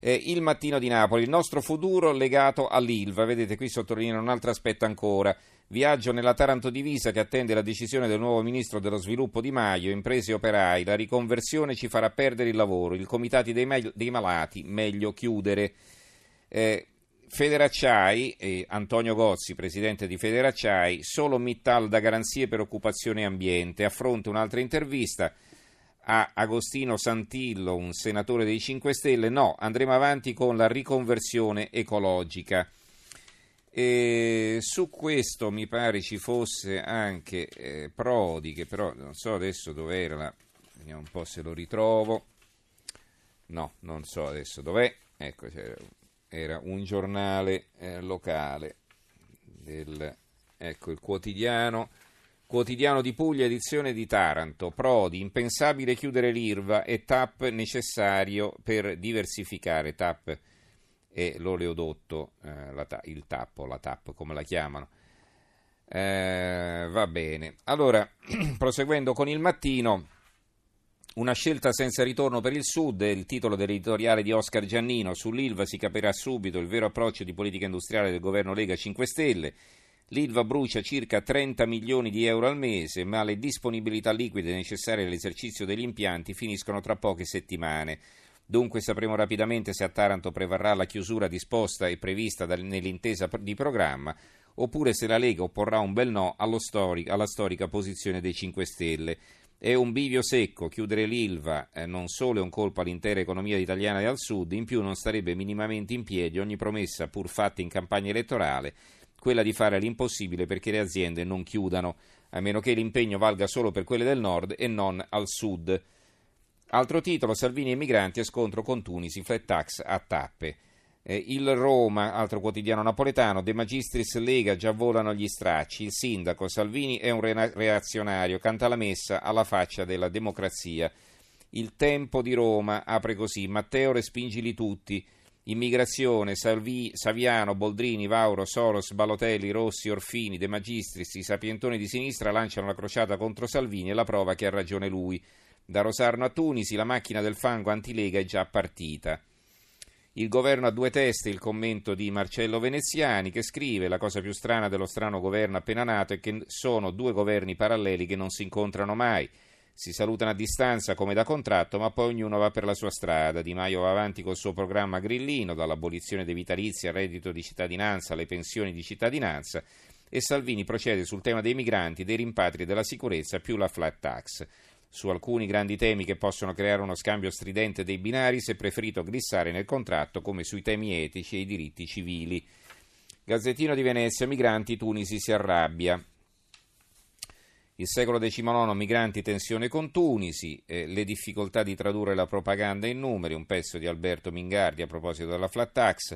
Il Mattino di Napoli, il nostro futuro legato all'Ilva. Vedete, qui sottolinea un altro aspetto ancora. Viaggio nella Taranto divisa che attende la decisione del nuovo ministro dello sviluppo Di Maio, imprese e operai. La riconversione ci farà perdere il lavoro. I comitati dei malati, meglio chiudere. Federacciai, Antonio Gozzi, presidente di Federacciai, solo Mittal dà garanzie per occupazione e ambiente. A fronte un'altra intervista a Agostino Santillo, un senatore dei 5 Stelle, no, andremo avanti con la riconversione ecologica. E su questo mi pare ci fosse anche Prodi, che però non so adesso dov'era, vediamo un po' se lo ritrovo. No, non so adesso dov'è. Ecco, era un giornale locale, ecco il Quotidiano di Puglia, edizione di Taranto. Prodi, impensabile chiudere l'Ilva e TAP necessario per diversificare. TAP è l'oleodotto, il TAP o la TAP come la chiamano. Va bene. Allora, proseguendo con il Mattino, una scelta senza ritorno per il Sud, è il titolo dell'editoriale di Oscar Giannino. Sull'Ilva si capirà subito il vero approccio di politica industriale del governo Lega 5 Stelle. L'Ilva brucia circa 30 milioni di euro al mese, ma le disponibilità liquide necessarie all'esercizio degli impianti finiscono tra poche settimane. Dunque sapremo rapidamente se a Taranto prevarrà la chiusura disposta e prevista nell'intesa di programma, oppure se la Lega opporrà un bel no alla storica posizione dei 5 Stelle. È un bivio secco, chiudere l'Ilva non solo è un colpo all'intera economia italiana e al Sud, in più non starebbe minimamente in piedi ogni promessa pur fatta in campagna elettorale, quella di fare l'impossibile perché le aziende non chiudano, a meno che l'impegno valga solo per quelle del nord e non al sud. Altro titolo, Salvini e migranti e scontro con Tunisi, flat tax a tappe. Il Roma, altro quotidiano napoletano, De Magistris Lega, già volano gli stracci, il sindaco Salvini è un reazionario, canta la messa alla faccia della democrazia. Il Tempo di Roma apre così, Matteo respingili tutti. Immigrazione, Saviano, Boldrini, Vauro, Soros, Balotelli, Rossi, Orfini, De Magistris, i sapientoni di sinistra lanciano la crociata contro Salvini e la prova che ha ragione lui. Da Rosarno a Tunisi la macchina del fango antilega è già partita. Il governo a due teste, il commento di Marcello Veneziani che scrive la cosa più strana dello strano governo appena nato è che sono due governi paralleli che non si incontrano mai. Si salutano a distanza come da contratto, ma poi ognuno va per la sua strada. Di Maio va avanti col suo programma grillino, dall'abolizione dei vitalizi al reddito di cittadinanza alle pensioni di cittadinanza, e Salvini procede sul tema dei migranti, dei rimpatri e della sicurezza, più la flat tax. Su alcuni grandi temi che possono creare uno scambio stridente dei binari si è preferito glissare nel contratto, come sui temi etici e i diritti civili. Gazzettino di Venezia, migranti, Tunisi si arrabbia. Il secolo XIX, migranti, tensione con Tunisi, le difficoltà di tradurre la propaganda in numeri, un pezzo di Alberto Mingardi a proposito della flat tax.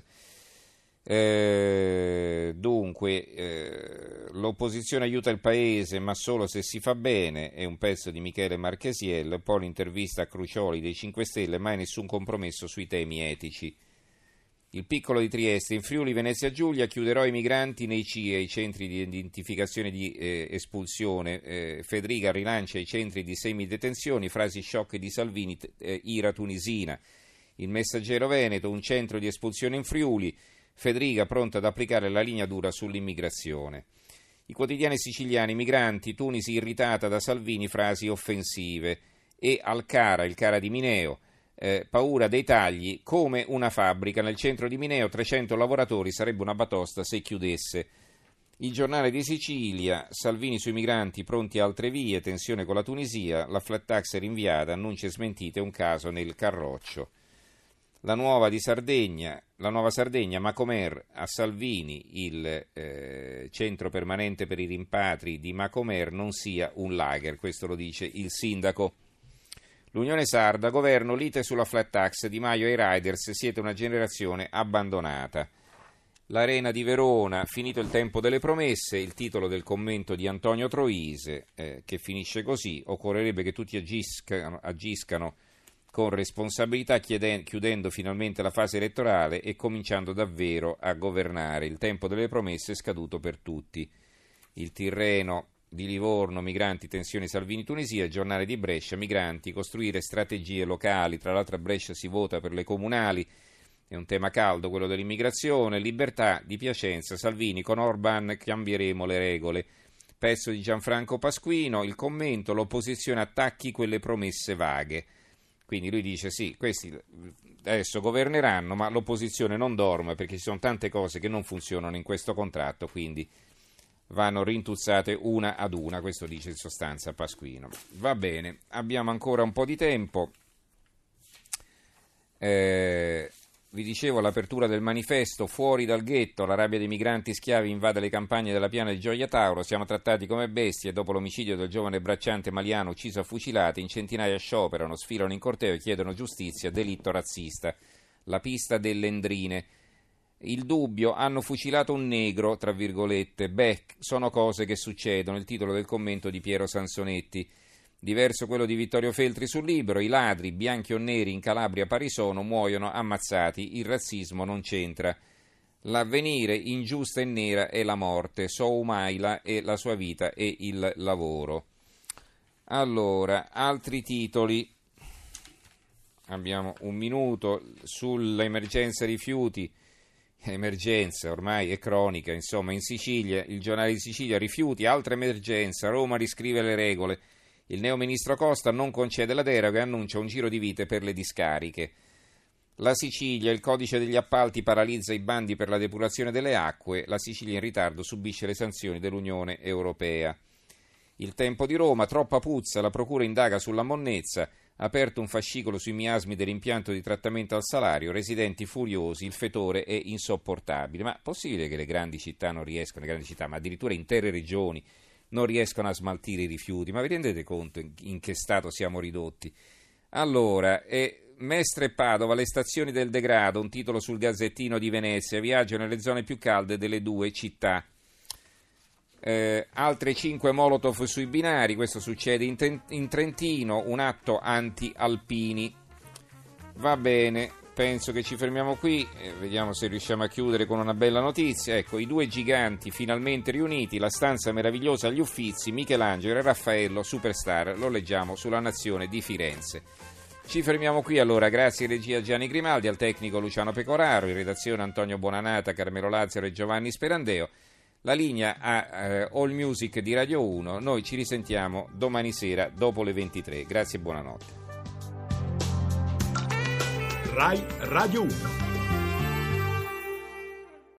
L'opposizione aiuta il paese ma solo se si fa bene, è un pezzo di Michele Marchesiello, poi l'intervista a Crucioli dei 5 Stelle, mai nessun compromesso sui temi etici. Il Piccolo di Trieste, in Friuli Venezia Giulia, chiuderò i migranti nei CIE, i centri di identificazione di espulsione. Federica rilancia i centri di semidetenzione, frasi shock di Salvini, ira tunisina. Il Messaggero Veneto, un centro di espulsione in Friuli, Federica pronta ad applicare la linea dura sull'immigrazione. I quotidiani siciliani, migranti, Tunisi irritata da Salvini, frasi offensive. E Alcara, il Cara di Mineo, paura dei tagli, come una fabbrica. Nel centro di Mineo 300 lavoratori, sarebbe una batosta se chiudesse. Il Giornale di Sicilia, Salvini sui migranti, pronti a altre vie, tensione con la Tunisia, la flat tax è rinviata, annunce smentite, un caso nel Carroccio. La Nuova Sardegna, Macomer a Salvini, il centro permanente per i rimpatri di Macomer non sia un lager, questo lo dice il sindaco. L'Unione Sarda, governo, lite sulla flat tax, Di Maio e i riders, siete una generazione abbandonata. L'Arena di Verona, finito il tempo delle promesse, il titolo del commento di Antonio Troise, che finisce così, occorrerebbe che tutti agiscano con responsabilità, chiudendo finalmente la fase elettorale e cominciando davvero a governare. Il tempo delle promesse è scaduto per tutti. Il Tirreno di Livorno, migranti, tensioni Salvini-Tunisia, Giornale di Brescia, migranti, costruire strategie locali, tra l'altro a Brescia si vota per le comunali, è un tema caldo quello dell'immigrazione, libertà di Piacenza, Salvini, con Orban cambieremo le regole. Pezzo di Gianfranco Pasquino, il commento, l'opposizione attacchi quelle promesse vaghe. Quindi lui dice sì, questi adesso governeranno, ma l'opposizione non dorme perché ci sono tante cose che non funzionano in questo contratto, quindi vanno rintuzzate una ad una, questo dice in sostanza Pasquino. Va bene, abbiamo ancora un po' di tempo. Vi dicevo l'apertura del manifesto fuori dal ghetto, la rabbia dei migranti schiavi invade le campagne della piana di Gioia Tauro, siamo trattati come bestie, dopo l'omicidio del giovane bracciante maliano ucciso a fucilate, in centinaia scioperano, sfilano in corteo e chiedono giustizia, delitto razzista. La pista delle Endrine. Il dubbio, hanno fucilato un negro, tra virgolette, sono cose che succedono, il titolo del commento di Piero Sansonetti. Diverso quello di Vittorio Feltri sul Libero, i ladri, bianchi o neri in Calabria pari sono, muoiono ammazzati, il razzismo non c'entra. L'avvenire ingiusta e nera è la morte, Soumaila e la sua vita e il lavoro. Allora, altri titoli, abbiamo un minuto, sull'emergenza rifiuti, emergenza ormai è cronica, insomma, in Sicilia, il giornale di Sicilia, rifiuti, altra emergenza, Roma riscrive le regole. Il neoministro Costa non concede la deroga e annuncia un giro di vite per le discariche. La Sicilia, il codice degli appalti paralizza i bandi per la depurazione delle acque. La Sicilia in ritardo subisce le sanzioni dell'Unione Europea. Il Tempo di Roma, troppa puzza, la procura indaga sulla monnezza. Aperto un fascicolo sui miasmi dell'impianto di trattamento al salario. Residenti furiosi, il fetore è insopportabile. Ma possibile che le grandi città non riescano, ma addirittura intere regioni non riescono a smaltire i rifiuti? Ma vi rendete conto in che stato siamo ridotti? Allora, Mestre e Padova, le stazioni del degrado, un titolo sul Gazzettino di Venezia, viaggio nelle zone più calde delle due città. Altre 5 molotov sui binari, questo succede in Trentino, un atto anti-alpini. Va bene, penso che ci fermiamo qui, vediamo se riusciamo a chiudere con una bella notizia. Ecco, i due giganti finalmente riuniti, la stanza meravigliosa agli Uffizi, Michelangelo e Raffaello, superstar, lo leggiamo sulla Nazione di Firenze. Ci fermiamo qui allora, grazie regia Gianni Grimaldi, al tecnico Luciano Pecoraro, in redazione Antonio Bonanata, Carmelo Lazzaro e Giovanni Sperandeo. La linea a All Music di Radio 1, noi ci risentiamo domani sera dopo le 23. Grazie e buonanotte. Rai Radio 1.